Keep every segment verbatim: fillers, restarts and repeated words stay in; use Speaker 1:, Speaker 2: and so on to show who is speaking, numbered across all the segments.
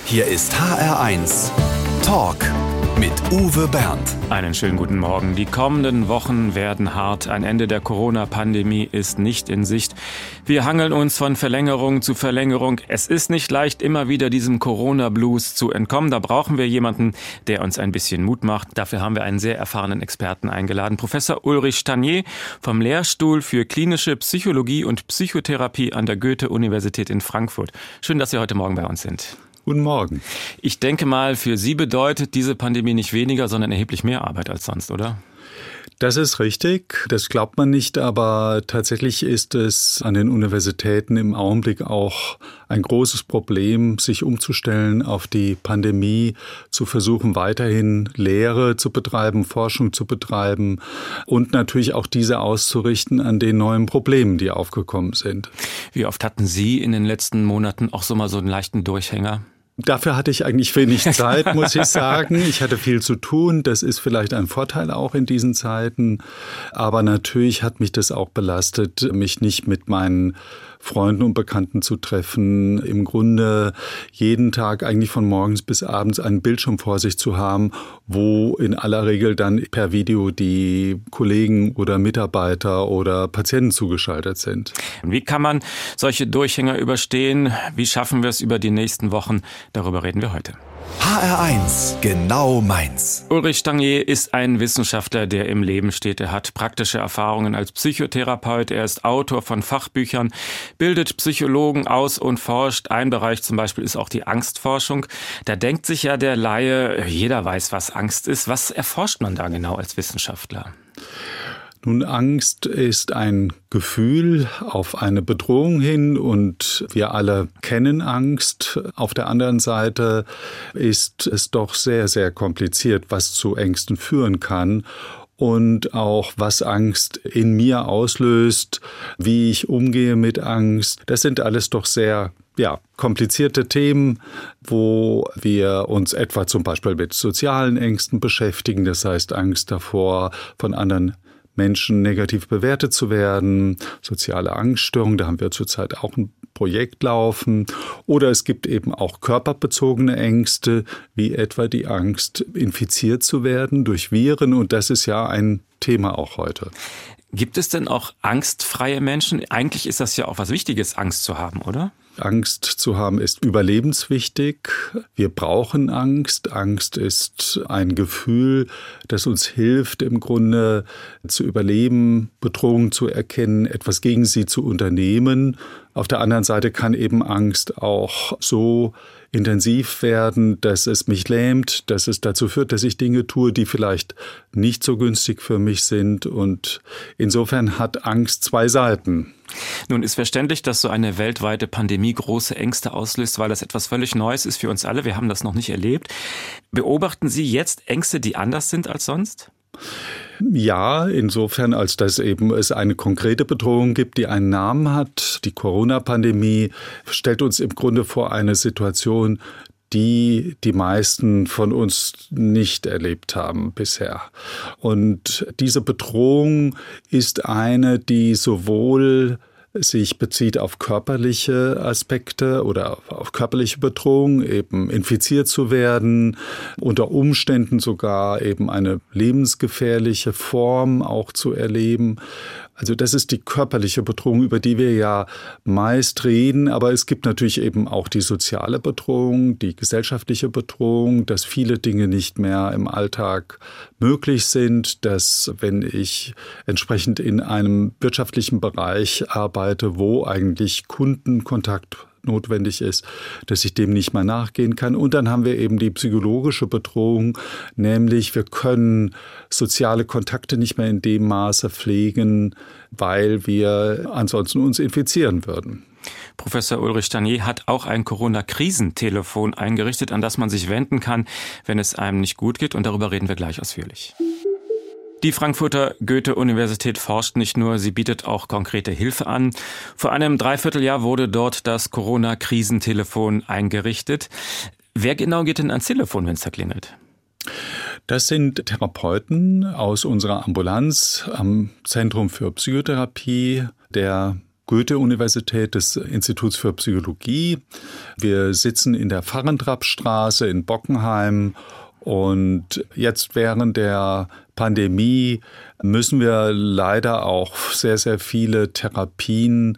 Speaker 1: Hier ist H R eins Talk mit Uwe Bernd.
Speaker 2: Einen schönen guten Morgen. Die kommenden Wochen werden hart. Ein Ende der Corona-Pandemie ist nicht in Sicht. Wir hangeln uns von Verlängerung zu Verlängerung. Es ist nicht leicht, immer wieder diesem Corona-Blues zu entkommen. Da brauchen wir jemanden, der uns ein bisschen Mut macht. Dafür haben wir einen sehr erfahrenen Experten eingeladen. Professor Ulrich Stanier vom Lehrstuhl für klinische Psychologie und Psychotherapie an der Goethe-Universität in Frankfurt. Schön, dass Sie heute Morgen bei uns sind.
Speaker 3: Guten Morgen.
Speaker 2: Ich denke mal, für Sie bedeutet diese Pandemie nicht weniger, sondern erheblich mehr Arbeit als sonst, oder?
Speaker 3: Das ist richtig. Das glaubt man nicht, aber tatsächlich ist es an den Universitäten im Augenblick auch ein großes Problem, sich umzustellen auf die Pandemie, zu versuchen, weiterhin Lehre zu betreiben, Forschung zu betreiben und natürlich auch diese auszurichten an den neuen Problemen, die aufgekommen sind.
Speaker 2: Wie oft hatten Sie in den letzten Monaten auch so mal so einen leichten Durchhänger?
Speaker 3: Dafür hatte ich eigentlich wenig Zeit, muss ich sagen. Ich hatte viel zu tun. Das ist vielleicht ein Vorteil auch in diesen Zeiten. Aber natürlich hat mich das auch belastet, mich nicht mit meinen Freunden und Bekannten zu treffen. Im Grunde jeden Tag eigentlich von morgens bis abends einen Bildschirm vor sich zu haben, wo in aller Regel dann per Video die Kollegen oder Mitarbeiter oder Patienten zugeschaltet sind.
Speaker 2: Wie kann man solche Durchhänger überstehen? Wie schaffen wir es über die nächsten Wochen? Darüber reden wir heute.
Speaker 1: H R eins, genau meins.
Speaker 2: Ulrich Stanier ist ein Wissenschaftler, der im Leben steht. Er hat praktische Erfahrungen als Psychotherapeut. Er ist Autor von Fachbüchern, bildet Psychologen aus und forscht. Ein Bereich zum Beispiel ist auch die Angstforschung. Da denkt sich ja der Laie, jeder weiß, was Angst ist. Was erforscht man da genau als Wissenschaftler?
Speaker 3: Nun, Angst ist ein Gefühl auf eine Bedrohung hin und wir alle kennen Angst. Auf der anderen Seite ist es doch sehr, sehr kompliziert, was zu Ängsten führen kann. Und auch was Angst in mir auslöst, wie ich umgehe mit Angst. Das sind alles doch sehr ja, komplizierte Themen, wo wir uns etwa zum Beispiel mit sozialen Ängsten beschäftigen. Das heißt Angst davor, von anderen Menschen negativ bewertet zu werden, soziale Angststörungen, da haben wir zurzeit auch ein Projekt laufen. Oder es gibt eben auch körperbezogene Ängste, wie etwa die Angst, infiziert zu werden durch Viren. Und das ist ja ein Thema auch heute.
Speaker 2: Gibt es denn auch angstfreie Menschen? Eigentlich ist das ja auch was Wichtiges, Angst zu haben, oder?
Speaker 3: Angst zu haben ist überlebenswichtig. Wir brauchen Angst. Angst ist ein Gefühl, das uns hilft, im Grunde zu überleben, Bedrohungen zu erkennen, etwas gegen sie zu unternehmen. Auf der anderen Seite kann eben Angst auch so intensiv werden, dass es mich lähmt, dass es dazu führt, dass ich Dinge tue, die vielleicht nicht so günstig für mich sind. Und insofern hat Angst zwei Seiten.
Speaker 2: Nun ist verständlich, dass so eine weltweite Pandemie große Ängste auslöst, weil das etwas völlig Neues ist für uns alle. Wir haben das noch nicht erlebt. Beobachten Sie jetzt Ängste, die anders sind als sonst?
Speaker 3: Ja, insofern, als dass eben es eine konkrete Bedrohung gibt, die einen Namen hat. Die Corona-Pandemie stellt uns im Grunde vor eine Situation, die die meisten von uns nicht erlebt haben bisher. Und diese Bedrohung ist eine, die sowohl sich bezieht auf körperliche Aspekte oder auf körperliche Bedrohung, eben infiziert zu werden, unter Umständen sogar eben eine lebensgefährliche Form auch zu erleben. Also das ist die körperliche Bedrohung, über die wir ja meist reden, aber es gibt natürlich eben auch die soziale Bedrohung, die gesellschaftliche Bedrohung, dass viele Dinge nicht mehr im Alltag möglich sind, dass wenn ich entsprechend in einem wirtschaftlichen Bereich arbeite, wo eigentlich Kundenkontakt notwendig ist, dass ich dem nicht mehr nachgehen kann. Und dann haben wir eben die psychologische Bedrohung, nämlich wir können soziale Kontakte nicht mehr in dem Maße pflegen, weil wir ansonsten uns infizieren würden.
Speaker 2: Professor Ulrich Stanier hat auch ein Corona-Krisentelefon eingerichtet, an das man sich wenden kann, wenn es einem nicht gut geht. Und darüber reden wir gleich ausführlich. Die Frankfurter Goethe-Universität forscht nicht nur, sie bietet auch konkrete Hilfe an. Vor einem Dreivierteljahr wurde dort das Corona-Krisentelefon eingerichtet. Wer genau geht denn ans Telefon, wenn es da klingelt?
Speaker 3: Das sind Therapeuten aus unserer Ambulanz am Zentrum für Psychotherapie der Goethe-Universität des Instituts für Psychologie. Wir sitzen in der Pfarrentrappstraße in Bockenheim. Und jetzt während der Pandemie müssen wir leider auch sehr, sehr viele Therapien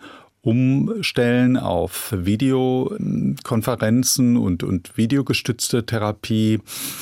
Speaker 3: umstellen auf Videokonferenzen und, und videogestützte Therapie.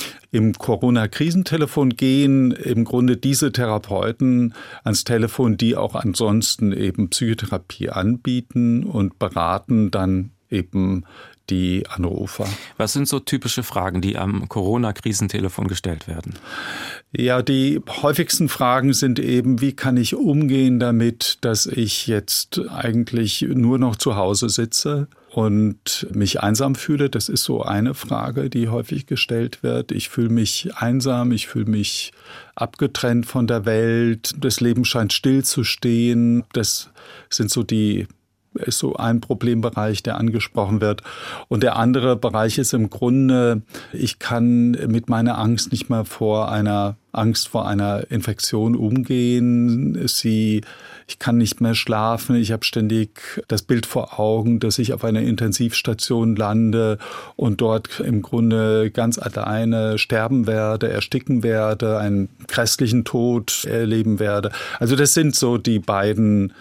Speaker 3: Im Corona-Krisentelefon gehen im Grunde diese Therapeuten ans Telefon, die auch ansonsten eben Psychotherapie anbieten und beraten dann eben die Anrufer.
Speaker 2: Was sind so typische Fragen, die am Corona-Krisentelefon gestellt werden?
Speaker 3: Ja, die häufigsten Fragen sind eben, wie kann ich umgehen damit, dass ich jetzt eigentlich nur noch zu Hause sitze und mich einsam fühle. Das ist so eine Frage, die häufig gestellt wird. Ich fühle mich einsam, ich fühle mich abgetrennt von der Welt. Das Leben scheint stillzustehen. Das sind so die ist so ein Problembereich, der angesprochen wird. Und der andere Bereich ist im Grunde, ich kann mit meiner Angst nicht mehr vor einer Angst vor einer Infektion umgehen. Sie, ich kann nicht mehr schlafen. Ich habe ständig das Bild vor Augen, dass ich auf einer Intensivstation lande und dort im Grunde ganz alleine sterben werde, ersticken werde, einen grässlichen Tod erleben werde. Also das sind so die beiden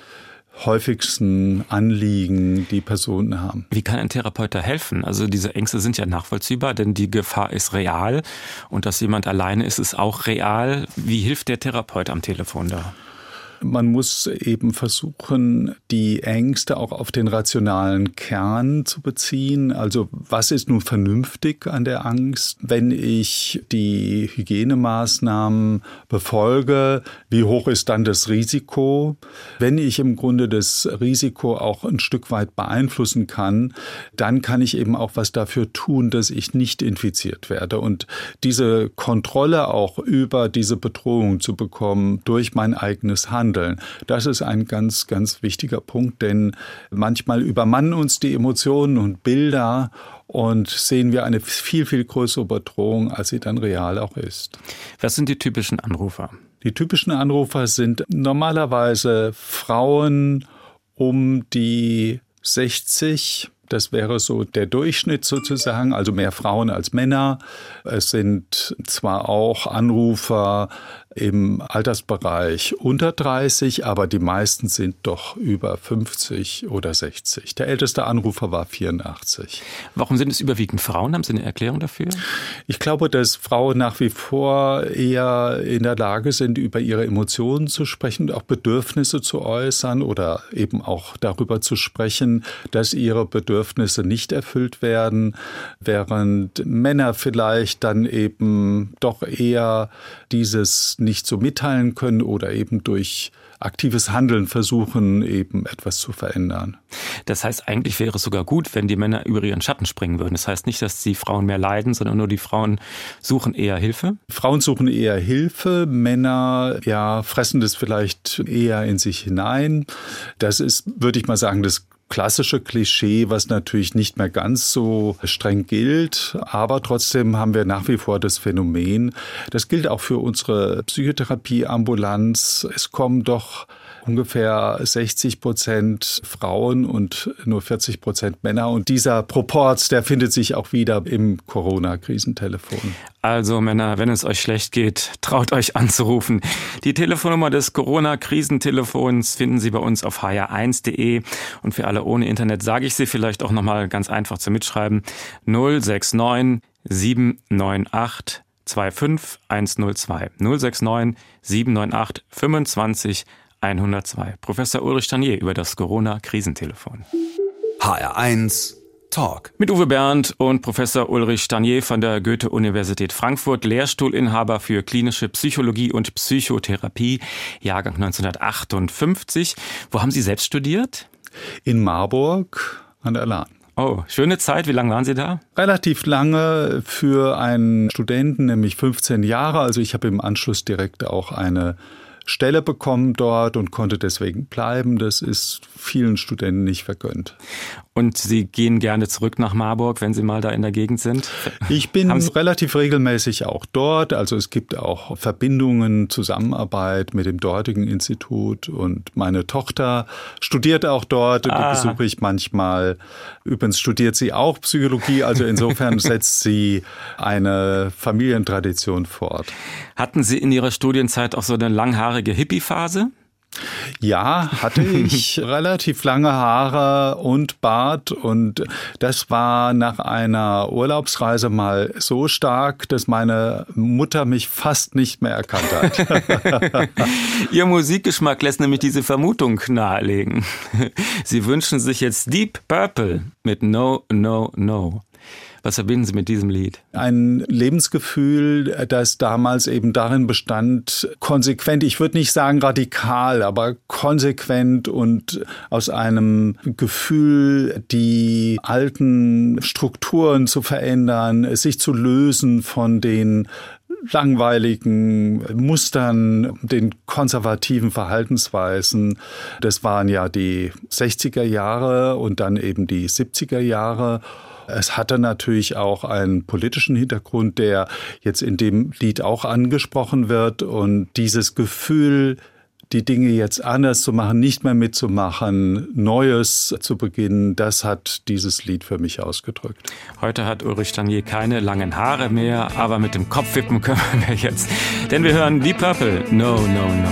Speaker 3: häufigsten Anliegen, die Personen haben.
Speaker 2: Wie kann ein Therapeut da helfen? Also diese Ängste sind ja nachvollziehbar, denn die Gefahr ist real und dass jemand alleine ist, ist auch real. Wie hilft der Therapeut am Telefon da?
Speaker 3: Man muss eben versuchen, die Ängste auch auf den rationalen Kern zu beziehen. Also was ist nun vernünftig an der Angst? Wenn ich die Hygienemaßnahmen befolge, wie hoch ist dann das Risiko? Wenn ich im Grunde das Risiko auch ein Stück weit beeinflussen kann, dann kann ich eben auch was dafür tun, dass ich nicht infiziert werde. Und diese Kontrolle auch über diese Bedrohung zu bekommen durch mein eigenes Handeln, das ist ein ganz, ganz wichtiger Punkt, denn manchmal übermannen uns die Emotionen und Bilder und sehen wir eine viel, viel größere Bedrohung, als sie dann real auch ist.
Speaker 2: Was sind die typischen Anrufer?
Speaker 3: Die typischen Anrufer sind normalerweise Frauen um die sechzig. Das wäre so der Durchschnitt sozusagen, also mehr Frauen als Männer. Es sind zwar auch Anrufer im Altersbereich unter dreißig, aber die meisten sind doch über fünfzig oder sechzig. Der älteste Anrufer war vierundachtzig.
Speaker 2: Warum sind es überwiegend Frauen? Haben Sie eine Erklärung dafür?
Speaker 3: Ich glaube, dass Frauen nach wie vor eher in der Lage sind, über ihre Emotionen zu sprechen und auch Bedürfnisse zu äußern oder eben auch darüber zu sprechen, dass ihre Bedürfnisse nicht erfüllt werden, während Männer vielleicht dann eben doch eher dieses nicht so mitteilen können oder eben durch aktives Handeln versuchen, eben etwas zu verändern.
Speaker 2: Das heißt, eigentlich wäre es sogar gut, wenn die Männer über ihren Schatten springen würden. Das heißt nicht, dass die Frauen mehr leiden, sondern nur die Frauen suchen eher Hilfe?
Speaker 3: Frauen suchen eher Hilfe, Männer ja fressen das vielleicht eher in sich hinein. Das ist, würde ich mal sagen, das klassische Klischee, was natürlich nicht mehr ganz so streng gilt, aber trotzdem haben wir nach wie vor das Phänomen. Das gilt auch für unsere Psychotherapieambulanz. Es kommen doch ungefähr sechzig Prozent Frauen und nur vierzig Prozent Männer. Und dieser Proporz, der findet sich auch wieder im Corona-Krisentelefon.
Speaker 2: Also Männer, wenn es euch schlecht geht, traut euch anzurufen. Die Telefonnummer des Corona-Krisentelefons finden Sie bei uns auf h r eins punkt de. Und für alle ohne Internet sage ich sie vielleicht auch nochmal ganz einfach zum Mitschreiben. null sechs neun sieben neun acht zwei fünf eins null zwei. null sechs neun sieben neun acht fünfundzwanzig hundertzwei. Professor Ulrich Stanier über das Corona-Krisentelefon.
Speaker 1: H R eins Talk.
Speaker 2: Mit Uwe Bernd und Professor Ulrich Stanier von der Goethe-Universität Frankfurt, Lehrstuhlinhaber für klinische Psychologie und Psychotherapie, Jahrgang neunzehnhundertachtundfünfzig. Wo haben Sie selbst studiert?
Speaker 3: In Marburg an der Lahn.
Speaker 2: Oh, schöne Zeit. Wie lange waren Sie da?
Speaker 3: Relativ lange für einen Studenten, nämlich fünfzehn Jahre. Also ich habe im Anschluss direkt auch eine Stelle bekommen dort und konnte deswegen bleiben. Das ist vielen Studenten nicht vergönnt.
Speaker 2: Und Sie gehen gerne zurück nach Marburg, wenn Sie mal da in der Gegend sind?
Speaker 3: Ich bin relativ regelmäßig auch dort. Also es gibt auch Verbindungen, Zusammenarbeit mit dem dortigen Institut. Und meine Tochter studiert auch dort. Und
Speaker 2: ah.
Speaker 3: die besuche ich manchmal. Übrigens studiert sie auch Psychologie. Also insofern setzt sie eine Familientradition fort.
Speaker 2: Hatten Sie in Ihrer Studienzeit auch so eine langhaarige Hippie-Phase?
Speaker 3: Ja, hatte ich relativ lange Haare und Bart und das war nach einer Urlaubsreise mal so stark, dass meine Mutter mich fast nicht mehr erkannt hat.
Speaker 2: Ihr Musikgeschmack lässt nämlich diese Vermutung nahelegen. Sie wünschen sich jetzt Deep Purple mit No, No, No. Was verbinden Sie mit diesem Lied?
Speaker 3: Ein Lebensgefühl, das damals eben darin bestand, konsequent, ich würde nicht sagen radikal, aber konsequent und aus einem Gefühl, die alten Strukturen zu verändern, sich zu lösen von den langweiligen Mustern, den konservativen Verhaltensweisen. Das waren ja die sechziger Jahre und dann eben die siebziger Jahre. Es hatte natürlich auch einen politischen Hintergrund, der jetzt in dem Lied auch angesprochen wird. Und dieses Gefühl, die Dinge jetzt anders zu machen, nicht mehr mitzumachen, Neues zu beginnen, das hat dieses Lied für mich ausgedrückt.
Speaker 2: Heute hat Ulrich Stanier keine langen Haare mehr, aber mit dem Kopfwippen können wir jetzt. Denn wir hören Deep Purple, No, No, No.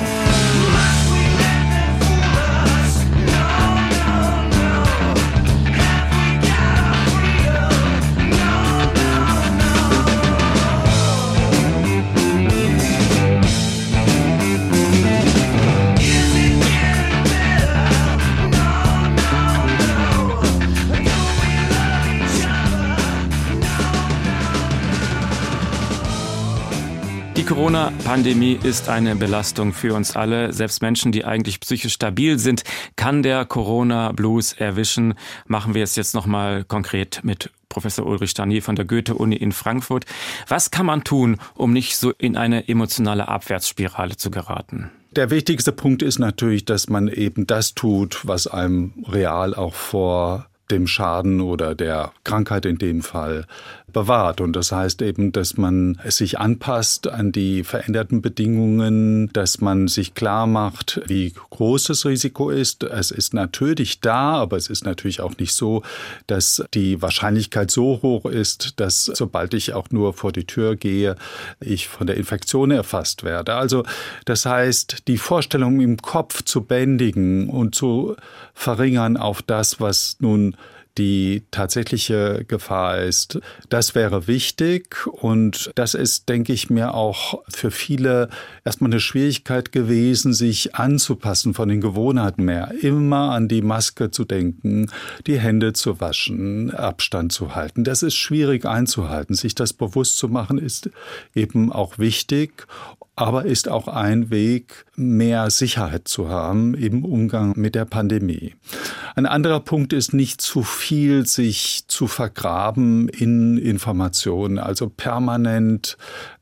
Speaker 2: Die Corona-Pandemie ist eine Belastung für uns alle. Selbst Menschen, die eigentlich psychisch stabil sind, kann der Corona-Blues erwischen. Machen wir es jetzt nochmal konkret mit Professor Ulrich Stanier von der Goethe-Uni in Frankfurt. Was kann man tun, um nicht so in eine emotionale Abwärtsspirale zu geraten?
Speaker 3: Der wichtigste Punkt ist natürlich, dass man eben das tut, was einem real auch vor dem Schaden oder der Krankheit in dem Fall bewahrt. Und das heißt eben, dass man sich anpasst an die veränderten Bedingungen, dass man sich klar macht, wie groß das Risiko ist. Es ist natürlich da, aber es ist natürlich auch nicht so, dass die Wahrscheinlichkeit so hoch ist, dass sobald ich auch nur vor die Tür gehe, ich von der Infektion erfasst werde. Also das heißt, die Vorstellung im Kopf zu bändigen und zu verringern auf das, was nun die tatsächliche Gefahr ist. Das wäre wichtig und das ist, denke ich mir, auch für viele erstmal eine Schwierigkeit gewesen, sich anzupassen von den Gewohnheiten mehr. Immer an die Maske zu denken, die Hände zu waschen, Abstand zu halten. Das ist schwierig einzuhalten. Sich das bewusst zu machen, ist eben auch wichtig. Aber ist auch ein Weg, mehr Sicherheit zu haben im Umgang mit der Pandemie. Ein anderer Punkt ist, nicht zu viel sich zu vergraben in Informationen, also permanent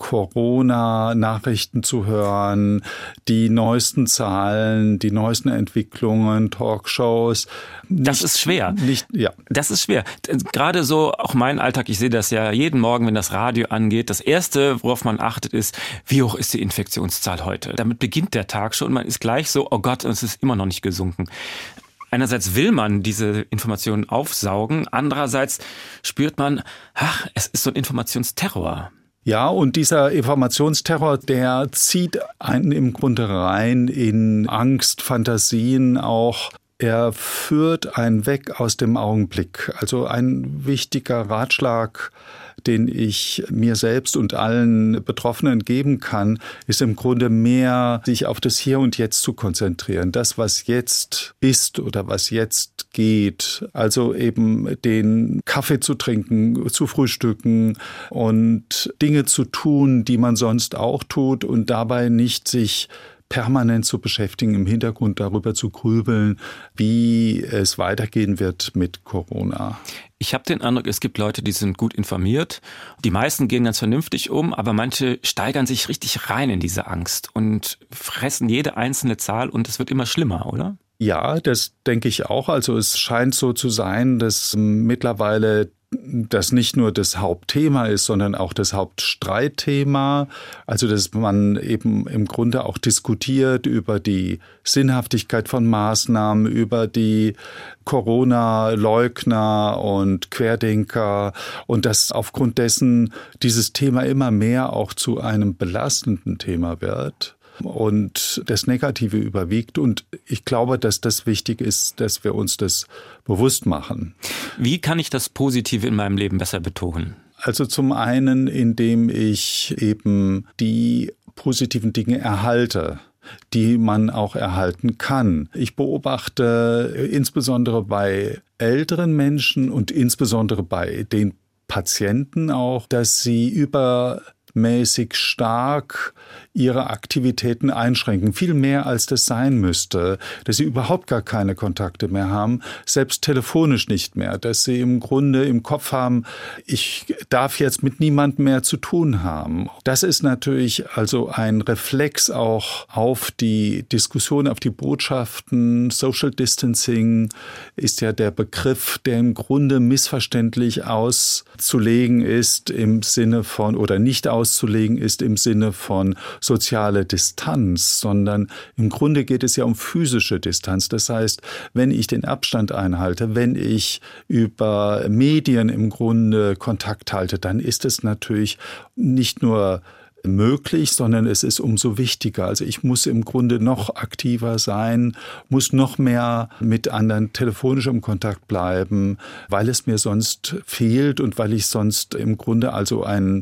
Speaker 3: Corona-Nachrichten zu hören, die neuesten Zahlen, die neuesten Entwicklungen, Talkshows.
Speaker 2: Nicht, das ist schwer.
Speaker 3: Nicht, ja.
Speaker 2: Das ist schwer. Gerade so auch mein Alltag, ich sehe das ja jeden Morgen, wenn das Radio angeht. Das Erste, worauf man achtet, ist, wie hoch ist die Infektionszahl heute? Damit beginnt der Tag schon. Man ist gleich so, oh Gott, es ist immer noch nicht gesunken. Einerseits will man diese Informationen aufsaugen, andererseits spürt man, ach, es ist so ein Informationsterror.
Speaker 3: Ja, und dieser Informationsterror, der zieht einen im Grunde rein in Angst, Fantasien auch. Er führt einen weg aus dem Augenblick. Also ein wichtiger Ratschlag, den ich mir selbst und allen Betroffenen geben kann, ist im Grunde mehr, sich auf das Hier und Jetzt zu konzentrieren. Das, was jetzt ist oder was jetzt geht. Also eben den Kaffee zu trinken, zu frühstücken und Dinge zu tun, die man sonst auch tut und dabei nicht sich permanent zu beschäftigen, im Hintergrund darüber zu grübeln, wie es weitergehen wird mit Corona.
Speaker 2: Ich habe den Eindruck, es gibt Leute, die sind gut informiert. Die meisten gehen ganz vernünftig um, aber manche steigern sich richtig rein in diese Angst und fressen jede einzelne Zahl und es wird immer schlimmer, oder?
Speaker 3: Ja, das denke ich auch. Also es scheint so zu sein, dass mittlerweile das nicht nur das Hauptthema ist, sondern auch das Hauptstreitthema. Also dass man eben im Grunde auch diskutiert über die Sinnhaftigkeit von Maßnahmen, über die Corona-Leugner und Querdenker und dass aufgrund dessen dieses Thema immer mehr auch zu einem belastenden Thema wird. Und das Negative überwiegt. Und ich glaube, dass das wichtig ist, dass wir uns das bewusst machen.
Speaker 2: Wie kann ich das Positive in meinem Leben besser betonen?
Speaker 3: Also zum einen, indem ich eben die positiven Dinge erhalte, die man auch erhalten kann. Ich beobachte insbesondere bei älteren Menschen und insbesondere bei den Patienten auch, dass sie übermäßig stark ihre Aktivitäten einschränken, viel mehr als das sein müsste, dass sie überhaupt gar keine Kontakte mehr haben, selbst telefonisch nicht mehr, dass sie im Grunde im Kopf haben, ich darf jetzt mit niemandem mehr zu tun haben. Das ist natürlich also ein Reflex auch auf die Diskussion, auf die Botschaften. Social Distancing ist ja der Begriff, der im Grunde missverständlich auszulegen ist im Sinne von, oder nicht auszulegen ist im Sinne von soziale Distanz, sondern im Grunde geht es ja um physische Distanz. Das heißt, wenn ich den Abstand einhalte, wenn ich über Medien im Grunde Kontakt halte, dann ist es natürlich nicht nur möglich, sondern es ist umso wichtiger. Also ich muss im Grunde noch aktiver sein, muss noch mehr mit anderen telefonisch im Kontakt bleiben, weil es mir sonst fehlt und weil ich sonst im Grunde also einen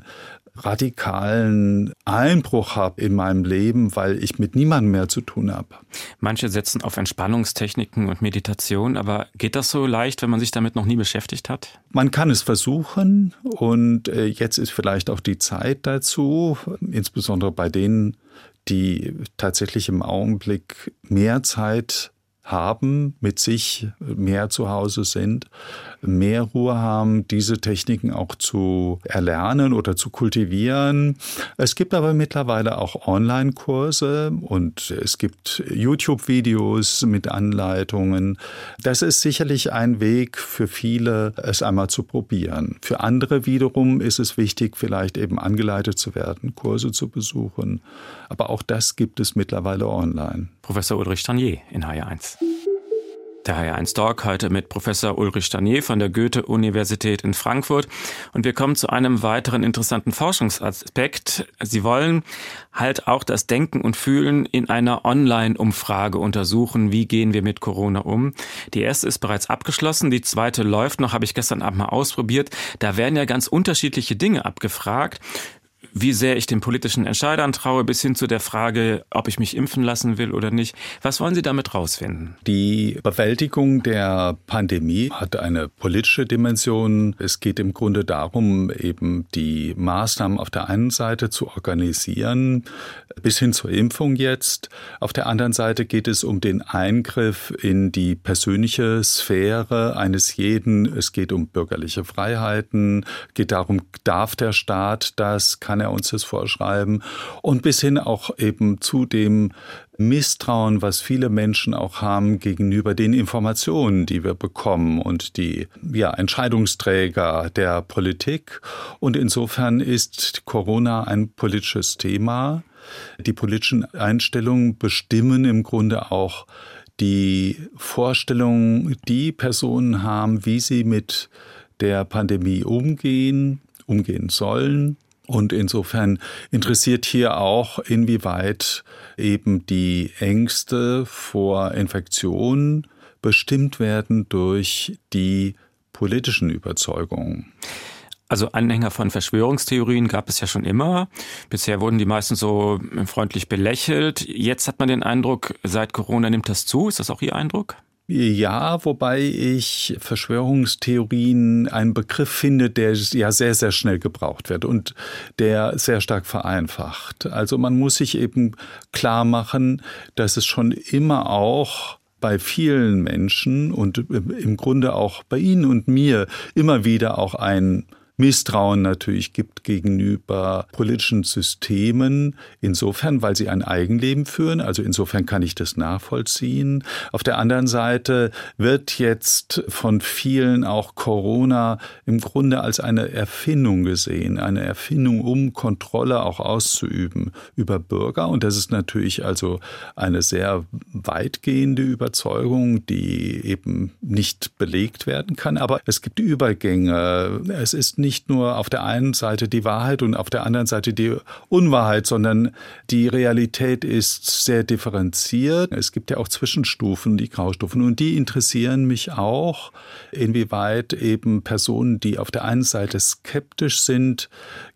Speaker 3: radikalen Einbruch habe in meinem Leben, weil ich mit niemandem mehr zu tun habe.
Speaker 2: Manche setzen auf Entspannungstechniken und Meditation, aber geht das so leicht, wenn man sich damit noch nie beschäftigt hat?
Speaker 3: Man kann es versuchen und jetzt ist vielleicht auch die Zeit dazu, insbesondere bei denen, die tatsächlich im Augenblick mehr Zeit haben, mit sich mehr zu Hause sind, mehr Ruhe haben, diese Techniken auch zu erlernen oder zu kultivieren. Es gibt aber mittlerweile auch Online-Kurse und es gibt YouTube-Videos mit Anleitungen. Das ist sicherlich ein Weg für viele, es einmal zu probieren. Für andere wiederum ist es wichtig, vielleicht eben angeleitet zu werden, Kurse zu besuchen. Aber auch das gibt es mittlerweile online.
Speaker 2: Professor Ulrich Stanier in H R eins. Der H R eins Talk heute mit Professor Ulrich Stanier von der Goethe-Universität in Frankfurt. Und wir kommen zu einem weiteren interessanten Forschungsaspekt. Sie wollen halt auch das Denken und Fühlen in einer Online-Umfrage untersuchen. Wie gehen wir mit Corona um? Die erste ist bereits abgeschlossen, die zweite läuft noch, habe ich gestern Abend mal ausprobiert. Da werden ja ganz unterschiedliche Dinge abgefragt. Wie sehr ich den politischen Entscheidern traue, bis hin zu der Frage, ob ich mich impfen lassen will oder nicht. Was wollen Sie damit rausfinden?
Speaker 3: Die Bewältigung der Pandemie hat eine politische Dimension. Es geht im Grunde darum, eben die Maßnahmen auf der einen Seite zu organisieren, bis hin zur Impfung jetzt. Auf der anderen Seite geht es um den Eingriff in die persönliche Sphäre eines jeden. Es geht um bürgerliche Freiheiten, geht darum, darf der Staat das, kann er uns das vorschreiben und bis hin auch eben zu dem Misstrauen, was viele Menschen auch haben gegenüber den Informationen, die wir bekommen und die ja, Entscheidungsträger der Politik. Und insofern ist Corona ein politisches Thema. Die politischen Einstellungen bestimmen im Grunde auch die Vorstellungen, die Personen haben, wie sie mit der Pandemie umgehen, umgehen sollen. Und insofern interessiert hier auch, inwieweit eben die Ängste vor Infektion bestimmt werden durch die politischen Überzeugungen.
Speaker 2: Also Anhänger von Verschwörungstheorien gab es ja schon immer. Bisher wurden die meistens so freundlich belächelt. Jetzt hat man den Eindruck, seit Corona nimmt das zu. Ist das auch Ihr Eindruck?
Speaker 3: Ja, wobei ich Verschwörungstheorien einen Begriff finde, der ja sehr, sehr schnell gebraucht wird und der sehr stark vereinfacht. Also man muss sich eben klar machen, dass es schon immer auch bei vielen Menschen und im Grunde auch bei Ihnen und mir immer wieder auch ein Misstrauen natürlich gibt gegenüber politischen Systemen, insofern, weil sie ein Eigenleben führen. Also insofern kann ich das nachvollziehen. Auf der anderen Seite wird jetzt von vielen auch Corona im Grunde als eine Erfindung gesehen, eine Erfindung, um Kontrolle auch auszuüben über Bürger. Und das ist natürlich also eine sehr weitgehende Überzeugung, die eben nicht belegt werden kann. Aber es gibt Übergänge. Es ist nicht nur auf der einen Seite die Wahrheit und auf der anderen Seite die Unwahrheit, sondern die Realität ist sehr differenziert. Es gibt ja auch Zwischenstufen, die Graustufen, und die interessieren mich auch, inwieweit eben Personen, die auf der einen Seite skeptisch sind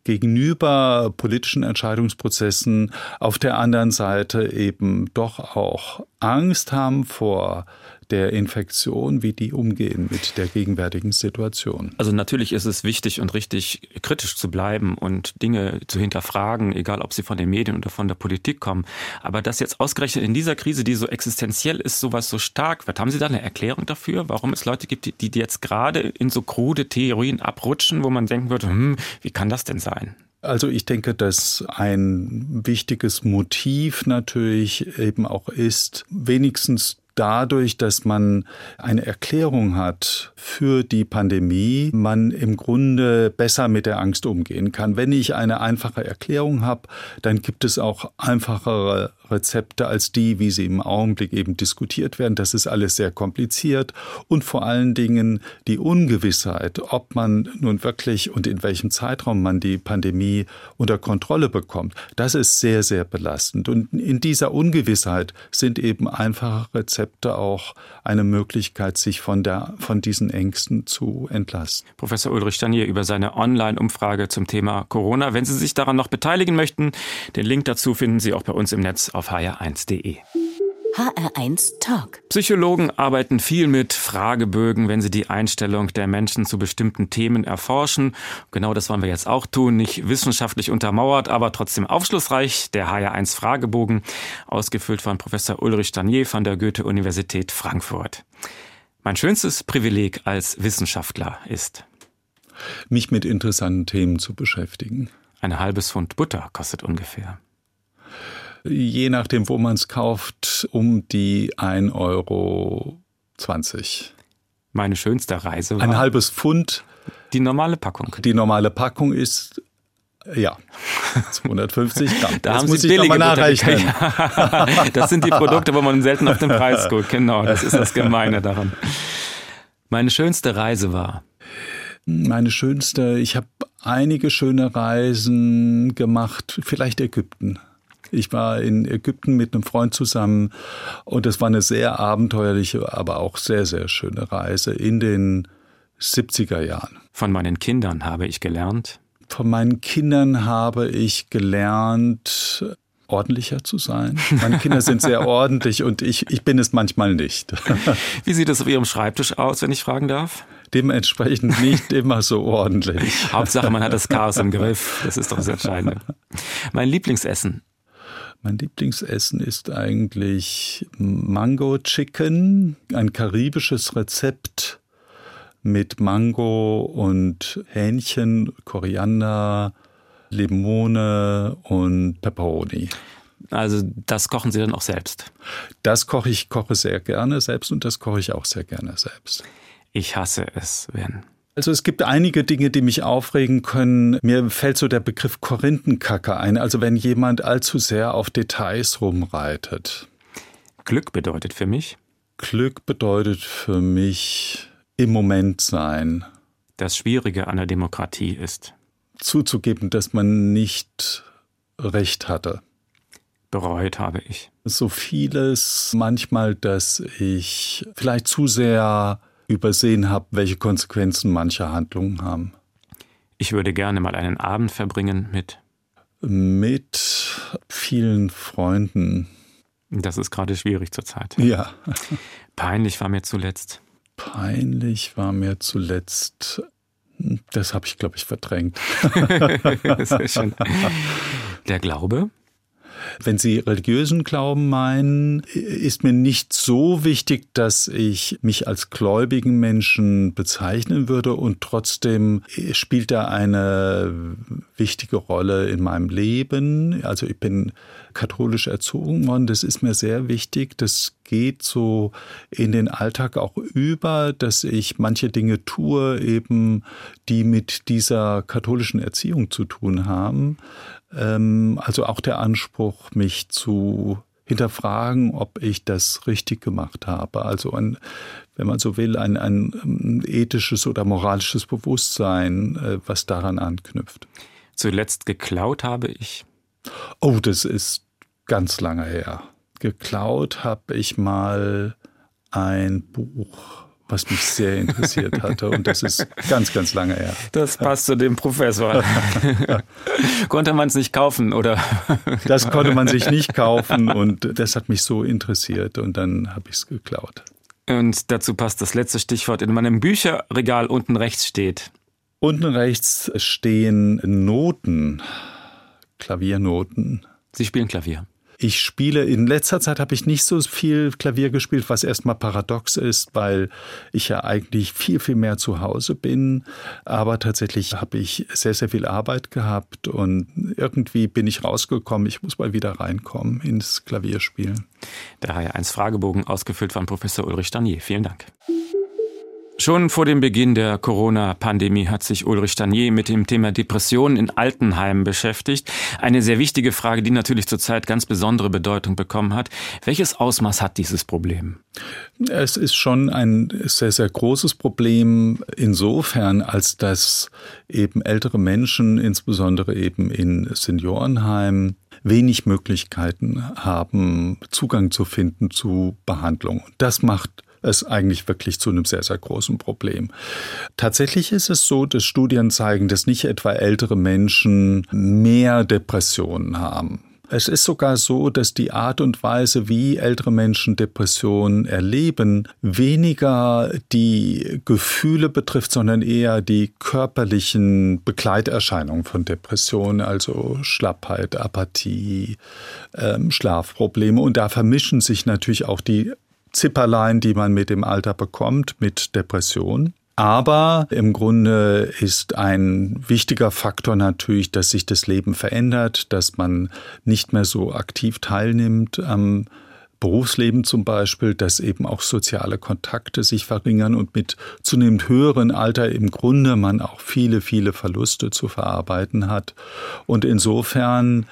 Speaker 3: gegenüber politischen Entscheidungsprozessen, auf der anderen Seite eben doch auch Angst haben vor der Infektion, wie die umgehen mit der gegenwärtigen Situation.
Speaker 2: Also natürlich ist es wichtig und richtig, kritisch zu bleiben und Dinge zu hinterfragen, egal ob sie von den Medien oder von der Politik kommen. Aber dass jetzt ausgerechnet in dieser Krise, die so existenziell ist, sowas so stark wird, haben Sie da eine Erklärung dafür, warum es Leute gibt, die, die jetzt gerade in so krude Theorien abrutschen, wo man denken würde, hm, wie kann das denn sein?
Speaker 3: Also ich denke, dass ein wichtiges Motiv natürlich eben auch ist, wenigstens dadurch, dass man eine Erklärung hat für die Pandemie, man im Grunde besser mit der Angst umgehen kann. Wenn ich eine einfache Erklärung habe, dann gibt es auch einfachere Rezepte als die, wie sie im Augenblick eben diskutiert werden. Das ist alles sehr kompliziert und vor allen Dingen die Ungewissheit, ob man nun wirklich und in welchem Zeitraum man die Pandemie unter Kontrolle bekommt, das ist sehr, sehr belastend. Und in dieser Ungewissheit sind eben einfache Rezepte auch eine Möglichkeit, sich von, der, von diesen Ängsten zu entlasten.
Speaker 2: Professor Ulrich Stanier über seine Online-Umfrage zum Thema Corona. Wenn Sie sich daran noch beteiligen möchten, den Link dazu finden Sie auch bei uns im Netz auf h r eins punkt d e.
Speaker 4: H R eins Talk.
Speaker 2: Psychologen arbeiten viel mit Fragebögen, wenn sie die Einstellung der Menschen zu bestimmten Themen erforschen. Genau das wollen wir jetzt auch tun. Nicht wissenschaftlich untermauert, aber trotzdem aufschlussreich. Der H R eins Fragebogen, ausgefüllt von Professor Ulrich Stanier von der Goethe-Universität Frankfurt. Mein schönstes Privileg als Wissenschaftler ist,
Speaker 3: mich mit interessanten Themen zu beschäftigen.
Speaker 2: Ein halbes Pfund Butter kostet ungefähr.
Speaker 3: Je nachdem, wo man es kauft, um die ein Euro zwanzig.
Speaker 2: Meine schönste Reise war...
Speaker 3: Ein halbes Pfund.
Speaker 2: Die normale Packung.
Speaker 3: Die normale Packung ist, ja, zweihundertfünfzig Gramm.
Speaker 2: Da
Speaker 3: das
Speaker 2: haben
Speaker 3: muss
Speaker 2: Sie
Speaker 3: ich
Speaker 2: billige
Speaker 3: nochmal nachrechnen.
Speaker 2: Ja, das sind die Produkte, wo man selten auf den Preis guckt. Genau, das ist das Gemeine daran. Meine schönste Reise war...
Speaker 3: Meine schönste, ich habe einige schöne Reisen gemacht, vielleicht Ägypten. Ich war in Ägypten mit einem Freund zusammen und es war eine sehr abenteuerliche, aber auch sehr, sehr schöne Reise in den siebziger Jahren.
Speaker 2: Von meinen Kindern habe ich gelernt?
Speaker 3: Von meinen Kindern habe ich gelernt, ordentlicher zu sein. Meine Kinder sind sehr ordentlich und ich, ich bin es manchmal nicht.
Speaker 2: Wie sieht es auf Ihrem Schreibtisch aus, wenn ich fragen darf?
Speaker 3: Dementsprechend nicht immer so ordentlich.
Speaker 2: Hauptsache, man hat das Chaos im Griff. Das ist doch das Entscheidende. Mein Lieblingsessen?
Speaker 3: Mein Lieblingsessen ist eigentlich Mango Chicken, ein karibisches Rezept mit Mango und Hähnchen, Koriander, Limone und Pepperoni.
Speaker 2: Also das kochen Sie dann auch selbst?
Speaker 3: Das koche ich koche sehr gerne selbst und das koche ich auch sehr gerne selbst.
Speaker 2: Ich hasse es, wenn...
Speaker 3: Also es gibt einige Dinge, die mich aufregen können. Mir fällt so der Begriff Korinthenkacke ein, also wenn jemand allzu sehr auf Details rumreitet.
Speaker 2: Glück bedeutet für mich?
Speaker 3: Glück bedeutet für mich im Moment sein.
Speaker 2: Das Schwierige an der Demokratie ist?
Speaker 3: Zuzugeben, dass man nicht recht hatte.
Speaker 2: Bereut habe ich?
Speaker 3: So vieles manchmal, dass ich vielleicht zu sehr übersehen habe, welche Konsequenzen manche Handlungen haben.
Speaker 2: Ich würde gerne mal einen Abend verbringen mit?
Speaker 3: Mit vielen Freunden.
Speaker 2: Das ist gerade schwierig zurzeit.
Speaker 3: Ja.
Speaker 2: Peinlich war mir zuletzt?
Speaker 3: Peinlich war mir zuletzt... Das habe ich, glaube ich, verdrängt.
Speaker 2: Sehr schön. Der Glaube?
Speaker 3: Wenn Sie religiösen Glauben meinen, ist mir nicht so wichtig, dass ich mich als gläubigen Menschen bezeichnen würde, und trotzdem spielt er eine wichtige Rolle in meinem Leben. Also ich bin katholisch erzogen worden, das ist mir sehr wichtig. Das geht so in den Alltag auch über, dass ich manche Dinge tue, eben die mit dieser katholischen Erziehung zu tun haben. Also auch der Anspruch, mich zu hinterfragen, ob ich das richtig gemacht habe. Also ein, wenn man so will, ein, ein ethisches oder moralisches Bewusstsein, was daran anknüpft.
Speaker 2: Zuletzt geklaut habe ich?
Speaker 3: Oh, das ist ganz lange her. Geklaut habe ich mal ein Buch, was mich sehr interessiert hatte, und das ist ganz, ganz lange her.
Speaker 2: Das passt zu dem Professor. Konnte man es nicht kaufen, oder?
Speaker 3: Das konnte man sich nicht kaufen, und das hat mich so interessiert, und dann habe ich es geklaut.
Speaker 2: Und dazu passt das letzte Stichwort. In meinem Bücherregal unten rechts steht:
Speaker 3: Unten rechts stehen Noten, Klaviernoten.
Speaker 2: Sie spielen Klavier?
Speaker 3: Ich spiele, in letzter Zeit habe ich nicht so viel Klavier gespielt, was erstmal paradox ist, weil ich ja eigentlich viel, viel mehr zu Hause bin. Aber tatsächlich habe ich sehr, sehr viel Arbeit gehabt, und irgendwie bin ich rausgekommen. Ich muss mal wieder reinkommen ins Klavierspielen.
Speaker 2: Der H R eins Fragebogen, ausgefüllt von Professor Ulrich Stanier. Vielen Dank. Schon vor dem Beginn der Corona-Pandemie hat sich Ulrich Stanier mit dem Thema Depressionen in Altenheimen beschäftigt. Eine sehr wichtige Frage, die natürlich zurzeit ganz besondere Bedeutung bekommen hat. Welches Ausmaß hat dieses Problem?
Speaker 3: Es ist schon ein sehr, sehr großes Problem insofern, als dass eben ältere Menschen, insbesondere eben in Seniorenheimen, wenig Möglichkeiten haben, Zugang zu finden zu Behandlung. Das macht es eigentlich wirklich zu einem sehr, sehr großen Problem. Tatsächlich ist es so, dass Studien zeigen, dass nicht etwa ältere Menschen mehr Depressionen haben. Es ist sogar so, dass die Art und Weise, wie ältere Menschen Depressionen erleben, weniger die Gefühle betrifft, sondern eher die körperlichen Begleiterscheinungen von Depressionen, also Schlappheit, Apathie, ähm, Schlafprobleme. Und da vermischen sich natürlich auch die Zipperlein, die man mit dem Alter bekommt, mit Depression. Aber im Grunde ist ein wichtiger Faktor natürlich, dass sich das Leben verändert, dass man nicht mehr so aktiv teilnimmt am Berufsleben zum Beispiel, dass eben auch soziale Kontakte sich verringern und mit zunehmend höherem Alter im Grunde man auch viele, viele Verluste zu verarbeiten hat. Und insofern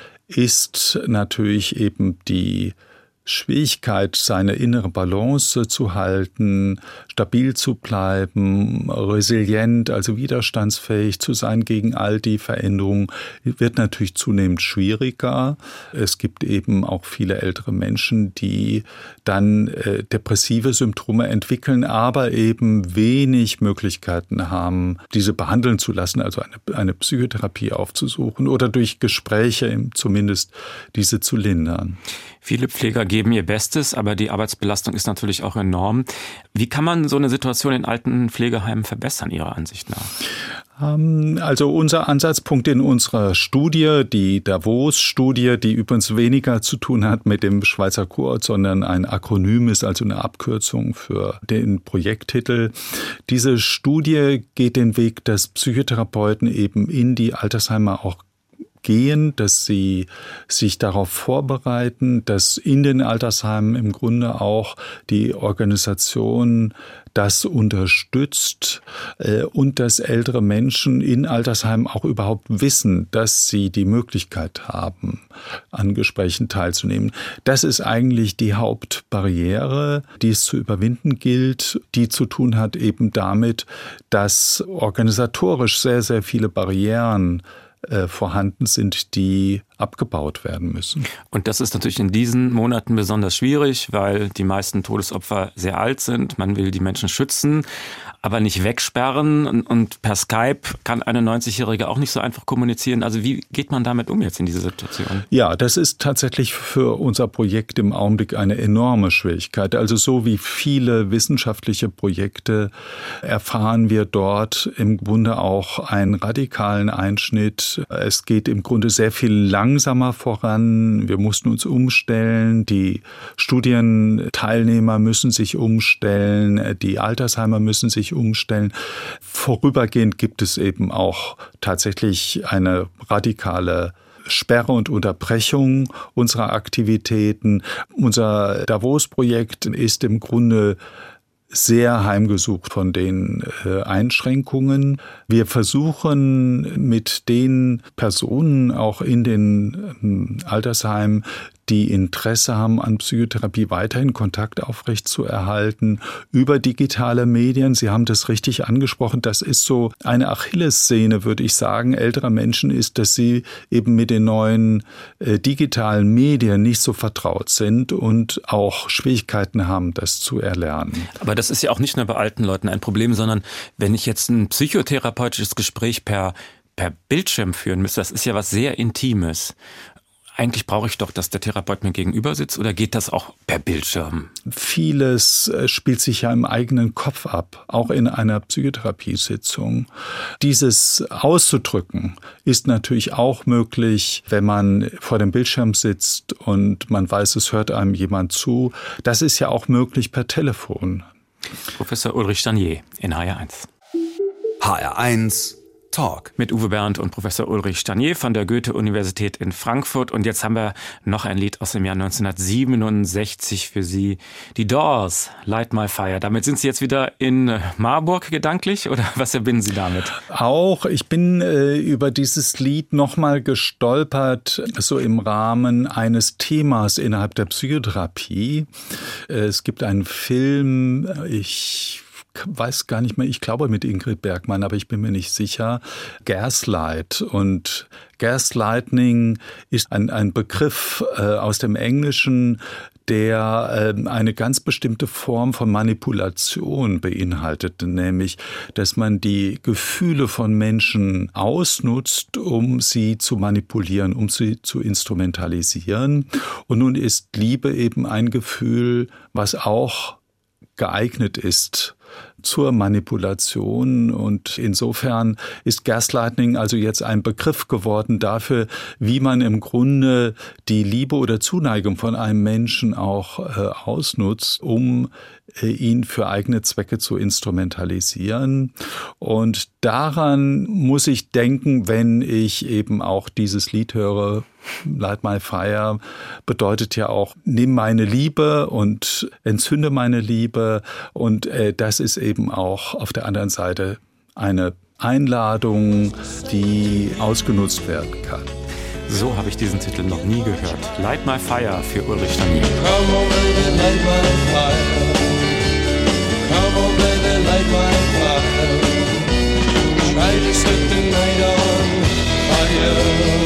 Speaker 3: ist natürlich eben die Schwierigkeit, seine innere Balance zu halten, stabil zu bleiben, resilient, also widerstandsfähig zu sein gegen all die Veränderungen, wird natürlich zunehmend schwieriger. Es gibt eben auch viele ältere Menschen, die dann äh, depressive Symptome entwickeln, aber eben wenig Möglichkeiten haben, diese behandeln zu lassen, also eine, eine Psychotherapie aufzusuchen oder durch Gespräche zumindest diese zu lindern.
Speaker 2: Viele Pfleger geben ihr Bestes, aber die Arbeitsbelastung ist natürlich auch enorm. Wie kann man so eine Situation in alten Pflegeheimen verbessern, Ihrer Ansicht nach?
Speaker 3: Also unser Ansatzpunkt in unserer Studie, die Davos-Studie, die übrigens weniger zu tun hat mit dem Schweizer Kurort, sondern ein Akronym ist, also eine Abkürzung für den Projekttitel. Diese Studie geht den Weg, dass Psychotherapeuten eben in die Altersheime auch gehen, dass sie sich darauf vorbereiten, dass in den Altersheimen im Grunde auch die Organisation das unterstützt äh, und dass ältere Menschen in Altersheimen auch überhaupt wissen, dass sie die Möglichkeit haben, an Gesprächen teilzunehmen. Das ist eigentlich die Hauptbarriere, die es zu überwinden gilt, die zu tun hat eben damit, dass organisatorisch sehr, sehr viele Barrieren Äh, vorhanden sind, die abgebaut werden müssen.
Speaker 2: Und das ist natürlich in diesen Monaten besonders schwierig, weil die meisten Todesopfer sehr alt sind. Man will die Menschen schützen, aber nicht wegsperren. Und per Skype kann eine neunzigjährige auch nicht so einfach kommunizieren. Also wie geht man damit um jetzt in dieser Situation?
Speaker 3: Ja, das ist tatsächlich für unser Projekt im Augenblick eine enorme Schwierigkeit. Also so wie viele wissenschaftliche Projekte erfahren wir dort im Grunde auch einen radikalen Einschnitt. Es geht im Grunde sehr viel langsamer langsamer voran. Wir mussten uns umstellen. Die Studienteilnehmer müssen sich umstellen. Die Altersheimer müssen sich umstellen. Vorübergehend gibt es eben auch tatsächlich eine radikale Sperre und Unterbrechung unserer Aktivitäten. Unser Davos-Projekt ist im Grunde sehr heimgesucht von den äh, Einschränkungen. Wir versuchen mit den Personen auch in den ähm, Altersheimen, die Interesse haben an Psychotherapie, weiterhin Kontakt aufrechtzuerhalten über digitale Medien. Sie haben das richtig angesprochen. Das ist so eine Achillessehne, würde ich sagen, älterer Menschen ist, dass sie eben mit den neuen äh, digitalen Medien nicht so vertraut sind und auch Schwierigkeiten haben, das zu erlernen.
Speaker 2: Aber das ist ja auch nicht nur bei alten Leuten ein Problem, sondern wenn ich jetzt ein psychotherapeutisches Gespräch per, per Bildschirm führen müsste, das ist ja was sehr Intimes. Eigentlich brauche ich doch, dass der Therapeut mir gegenüber sitzt, oder geht das auch per Bildschirm?
Speaker 3: Vieles spielt sich ja im eigenen Kopf ab, auch in einer Psychotherapiesitzung. Dieses auszudrücken ist natürlich auch möglich, wenn man vor dem Bildschirm sitzt und man weiß, es hört einem jemand zu. Das ist ja auch möglich per Telefon.
Speaker 2: Professor Ulrich Stanier in H R eins.
Speaker 1: H R eins Talk.
Speaker 2: Mit Uwe Bernd und Professor Ulrich Stanier von der Goethe-Universität in Frankfurt. Und jetzt haben wir noch ein Lied aus dem Jahr neunzehnhundertsiebenundsechzig für Sie. Die Doors, Light My Fire. Damit sind Sie jetzt wieder in Marburg gedanklich, oder was verbinden Sie damit?
Speaker 3: Auch, ich bin äh, über dieses Lied nochmal gestolpert, so im Rahmen eines Themas innerhalb der Psychotherapie. Äh, es gibt einen Film, ich weiß gar nicht mehr, ich glaube mit Ingrid Bergmann, aber ich bin mir nicht sicher, Gaslight. Und Gaslighting ist ein, ein Begriff äh, aus dem Englischen, der äh, eine ganz bestimmte Form von Manipulation beinhaltet, nämlich, dass man die Gefühle von Menschen ausnutzt, um sie zu manipulieren, um sie zu instrumentalisieren. Und nun ist Liebe eben ein Gefühl, was auch geeignet ist zur Manipulation, und insofern ist Gaslighting also jetzt ein Begriff geworden dafür, wie man im Grunde die Liebe oder Zuneigung von einem Menschen auch äh, ausnutzt, um äh, ihn für eigene Zwecke zu instrumentalisieren. Und daran muss ich denken, wenn ich eben auch dieses Lied höre. Light My Fire bedeutet ja auch, nimm meine Liebe und entzünde meine Liebe, und äh, das ist eben auch auf der anderen Seite eine Einladung, die ausgenutzt werden kann.
Speaker 2: So habe ich diesen Titel noch nie gehört. Light My Fire für Ulrich Stanier.
Speaker 5: Come on, baby, light my fire. Come on, baby, light my fire. Try to set the night on fire.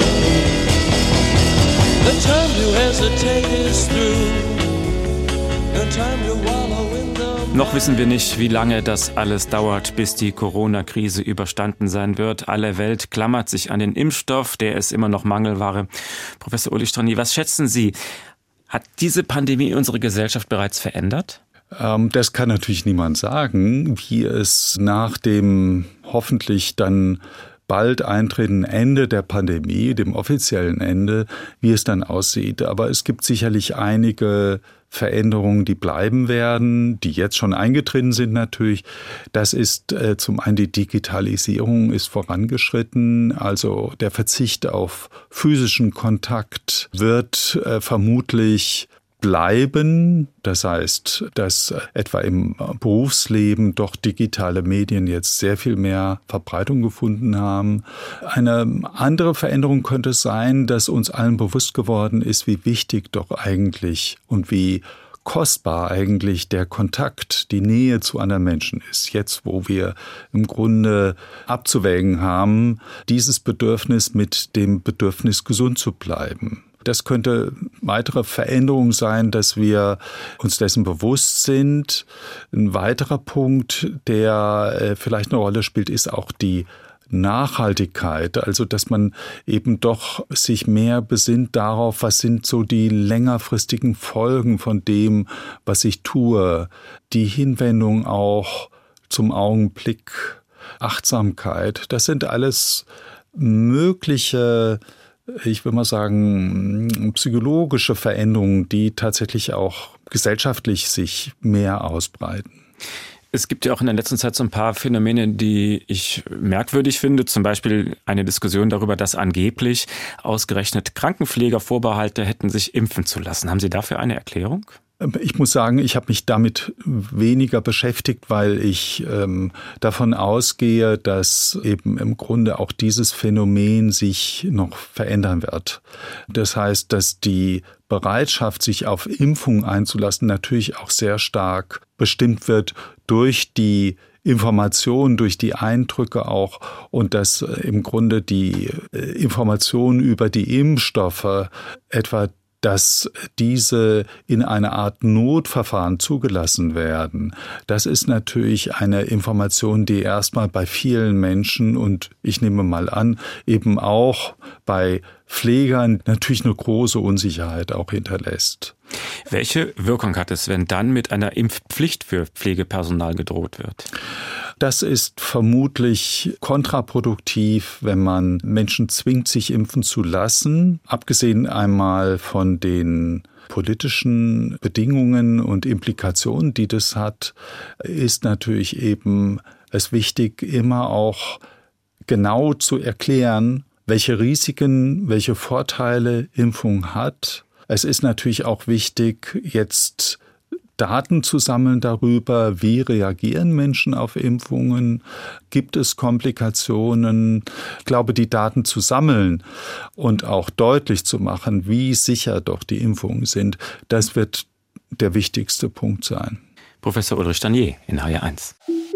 Speaker 5: The time to hesitate is through. The time to wallow in the...
Speaker 2: Noch wissen wir nicht, wie lange das alles dauert, bis die Corona-Krise überstanden sein wird. Alle Welt klammert sich an den Impfstoff, der ist immer noch Mangelware. Professor Ulrich Stanier, was schätzen Sie? Hat diese Pandemie unsere Gesellschaft bereits verändert?
Speaker 3: Ähm, das kann natürlich niemand sagen, wie es nach dem hoffentlich dann bald eintretenden Ende der Pandemie, dem offiziellen Ende, wie es dann aussieht. Aber es gibt sicherlich einige Veränderungen, die bleiben werden, die jetzt schon eingetreten sind natürlich. Das ist äh, zum einen die Digitalisierung ist vorangeschritten, also der Verzicht auf physischen Kontakt wird äh, vermutlich bleiben. Das heißt, dass etwa im Berufsleben doch digitale Medien jetzt sehr viel mehr Verbreitung gefunden haben. Eine andere Veränderung könnte es sein, dass uns allen bewusst geworden ist, wie wichtig doch eigentlich und wie kostbar eigentlich der Kontakt, die Nähe zu anderen Menschen ist. Jetzt, wo wir im Grunde abzuwägen haben, dieses Bedürfnis mit dem Bedürfnis, gesund zu bleiben. Das könnte weitere Veränderung sein, dass wir uns dessen bewusst sind. Ein weiterer Punkt, der vielleicht eine Rolle spielt, ist auch die Nachhaltigkeit, also dass man eben doch sich mehr besinnt darauf, was sind so die längerfristigen Folgen von dem, was ich tue. Die Hinwendung auch zum Augenblick, Achtsamkeit, das sind alles mögliche ich will mal sagen, psychologische Veränderungen, die tatsächlich auch gesellschaftlich sich mehr ausbreiten.
Speaker 2: Es gibt ja auch in der letzten Zeit so ein paar Phänomene, die ich merkwürdig finde. Zum Beispiel eine Diskussion darüber, dass angeblich ausgerechnet Krankenpfleger Vorbehalte hätten, sich impfen zu lassen. Haben Sie dafür eine Erklärung?
Speaker 3: Ich muss sagen, ich habe mich damit weniger beschäftigt, weil ich ähm, davon ausgehe, dass eben im Grunde auch dieses Phänomen sich noch verändern wird. Das heißt, dass die Bereitschaft, sich auf Impfungen einzulassen, natürlich auch sehr stark bestimmt wird durch die Informationen, durch die Eindrücke auch und dass im Grunde die Informationen über die Impfstoffe, etwa dass diese in einer Art Notverfahren zugelassen werden. Das ist natürlich eine Information, die erstmal bei vielen Menschen und ich nehme mal an, eben auch bei Pflegern natürlich eine große Unsicherheit auch hinterlässt.
Speaker 2: Welche Wirkung hat es, wenn dann mit einer Impfpflicht für Pflegepersonal gedroht wird?
Speaker 3: Das ist vermutlich kontraproduktiv, wenn man Menschen zwingt, sich impfen zu lassen. Abgesehen einmal von den politischen Bedingungen und Implikationen, die das hat, ist natürlich eben es wichtig, immer auch genau zu erklären, welche Risiken, welche Vorteile Impfung hat. Es ist natürlich auch wichtig, jetzt Daten zu sammeln darüber, wie reagieren Menschen auf Impfungen, gibt es Komplikationen. Ich glaube, die Daten zu sammeln und auch deutlich zu machen, wie sicher doch die Impfungen sind, das wird der wichtigste Punkt sein.
Speaker 2: Professor Ulrich Stanier in H R eins.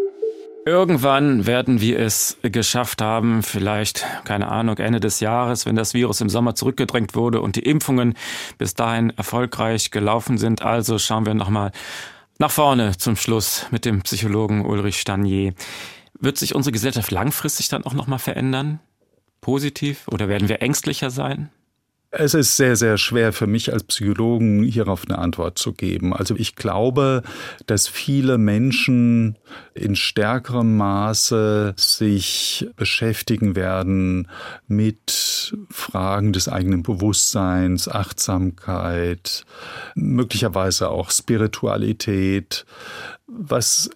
Speaker 2: Irgendwann werden wir es geschafft haben, vielleicht, keine Ahnung, Ende des Jahres, wenn das Virus im Sommer zurückgedrängt wurde und die Impfungen bis dahin erfolgreich gelaufen sind. Also schauen wir nochmal nach vorne zum Schluss mit dem Psychologen Ulrich Stanier. Wird sich unsere Gesellschaft langfristig dann auch nochmal verändern? Positiv? Oder werden wir ängstlicher sein?
Speaker 3: Es ist sehr, sehr schwer für mich als Psychologen, hierauf eine Antwort zu geben. Also ich glaube, dass viele Menschen in stärkerem Maße sich beschäftigen werden mit Fragen des eigenen Bewusstseins, Achtsamkeit, möglicherweise auch Spiritualität. Was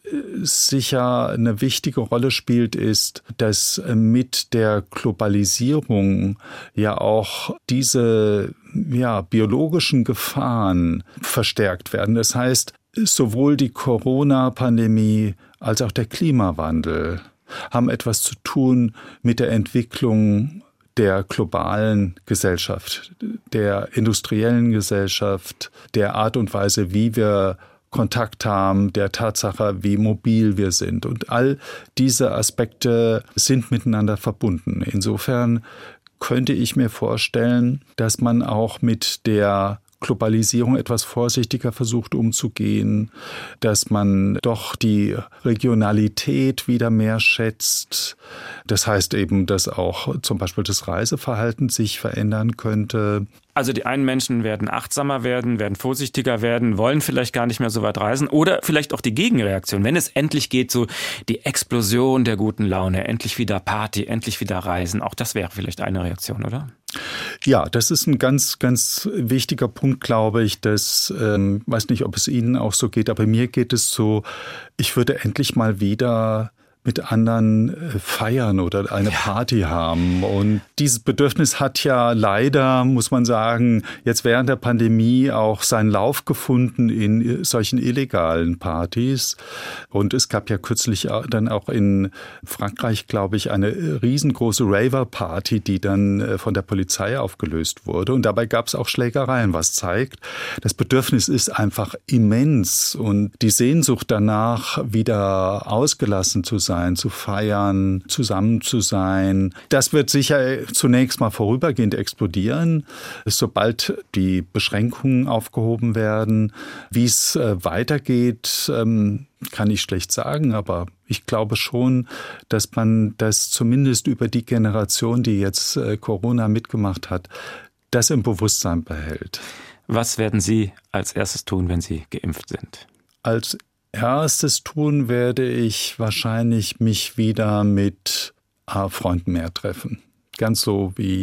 Speaker 3: sicher eine wichtige Rolle spielt, ist, dass mit der Globalisierung ja auch diese ja, biologischen Gefahren verstärkt werden. Das heißt, sowohl die Corona-Pandemie als auch der Klimawandel haben etwas zu tun mit der Entwicklung der globalen Gesellschaft, der industriellen Gesellschaft, der Art und Weise, wie wir Kontakt haben, der Tatsache, wie mobil wir sind. Und all diese Aspekte sind miteinander verbunden. Insofern könnte ich mir vorstellen, dass man auch mit der Globalisierung etwas vorsichtiger versucht umzugehen, dass man doch die Regionalität wieder mehr schätzt. Das heißt eben, dass auch zum Beispiel das Reiseverhalten sich verändern könnte.
Speaker 2: Also die einen Menschen werden achtsamer werden, werden vorsichtiger werden, wollen vielleicht gar nicht mehr so weit reisen oder vielleicht auch die Gegenreaktion, wenn es endlich geht, so die Explosion der guten Laune, endlich wieder Party, endlich wieder Reisen. Auch das wäre vielleicht eine Reaktion, oder?
Speaker 3: Ja, das ist ein ganz, ganz wichtiger Punkt, glaube ich. Das, ähm, weiß nicht, ob es Ihnen auch so geht, aber mir geht es so, ich würde endlich mal wieder mit anderen feiern oder eine Party haben. Und dieses Bedürfnis hat ja leider, muss man sagen, jetzt während der Pandemie auch seinen Lauf gefunden in solchen illegalen Partys. Und es gab ja kürzlich dann auch in Frankreich, glaube ich, eine riesengroße Raver-Party, die dann von der Polizei aufgelöst wurde. Und dabei gab es auch Schlägereien, was zeigt, das Bedürfnis ist einfach immens. Und die Sehnsucht danach, wieder ausgelassen zu sein, Sein, zu feiern, zusammen zu sein. Das wird sicher zunächst mal vorübergehend explodieren, sobald die Beschränkungen aufgehoben werden. Wie es äh, weitergeht, ähm, kann ich schlecht sagen, aber ich glaube schon, dass man das zumindest über die Generation, die jetzt äh, Corona mitgemacht hat, das im Bewusstsein behält.
Speaker 2: Was werden Sie als erstes tun, wenn Sie geimpft sind?
Speaker 3: Als erstes tun werde ich wahrscheinlich mich wieder mit äh, Freunden mehr treffen. Ganz so, wie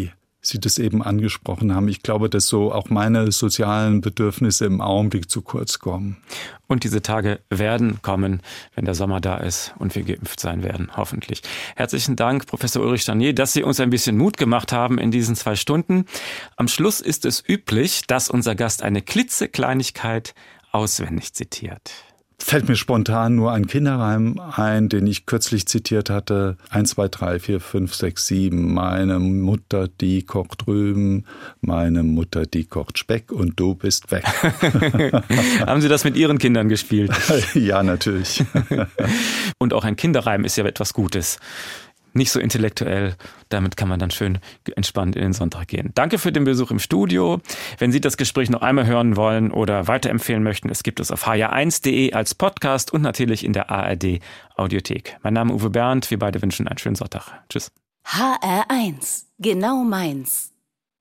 Speaker 3: Sie das eben angesprochen haben. Ich glaube, dass so auch meine sozialen Bedürfnisse im Augenblick zu kurz kommen.
Speaker 2: Und diese Tage werden kommen, wenn der Sommer da ist und wir geimpft sein werden, hoffentlich. Herzlichen Dank, Professor Ulrich Stanier, dass Sie uns ein bisschen Mut gemacht haben in diesen zwei Stunden. Am Schluss ist es üblich, dass unser Gast eine klitzekleinigkeit auswendig zitiert.
Speaker 3: Fällt mir spontan nur ein Kinderreim ein, den ich kürzlich zitiert hatte. eins, zwei, drei, vier, fünf, sechs, sieben. Meine Mutter, die kocht Rüben. Meine Mutter, die kocht Speck und du bist weg.
Speaker 2: Haben Sie das mit Ihren Kindern gespielt?
Speaker 3: Ja, natürlich.
Speaker 2: Und auch ein Kinderreim ist ja etwas Gutes. Nicht so intellektuell. Damit kann man dann schön entspannt in den Sonntag gehen. Danke für den Besuch im Studio. Wenn Sie das Gespräch noch einmal hören wollen oder weiterempfehlen möchten, es gibt es auf h r eins punkt d e als Podcast und natürlich in der A R D Audiothek. Mein Name ist Uwe Bernd. Wir beide wünschen einen schönen Sonntag. Tschüss.
Speaker 4: H R eins. Genau meins.